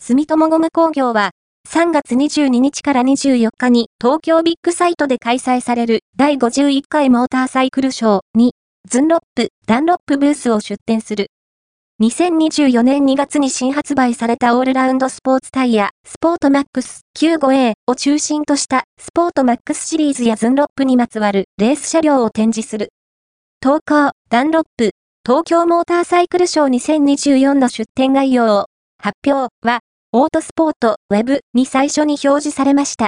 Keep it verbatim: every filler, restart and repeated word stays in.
住友ゴム工業は、さんがつにじゅうににちからにじゅうよっかに東京ビッグサイトで開催されるだいごじゅういっかいモーターサイクルショーに、ズンロップ、ダンロップブースを出展する。にせんにじゅうよねんにがつに新発売されたオールラウンドスポーツタイヤ、スポートマックス きゅうじゅうごエー を中心としたスポートマックスシリーズやズンロップにまつわるレース車両を展示する。東高、ダンロップ、東京モーターサイクルショーにせんにじゅうよんの出展概要を、発表は、オートスポートウェブに最初に表示されました。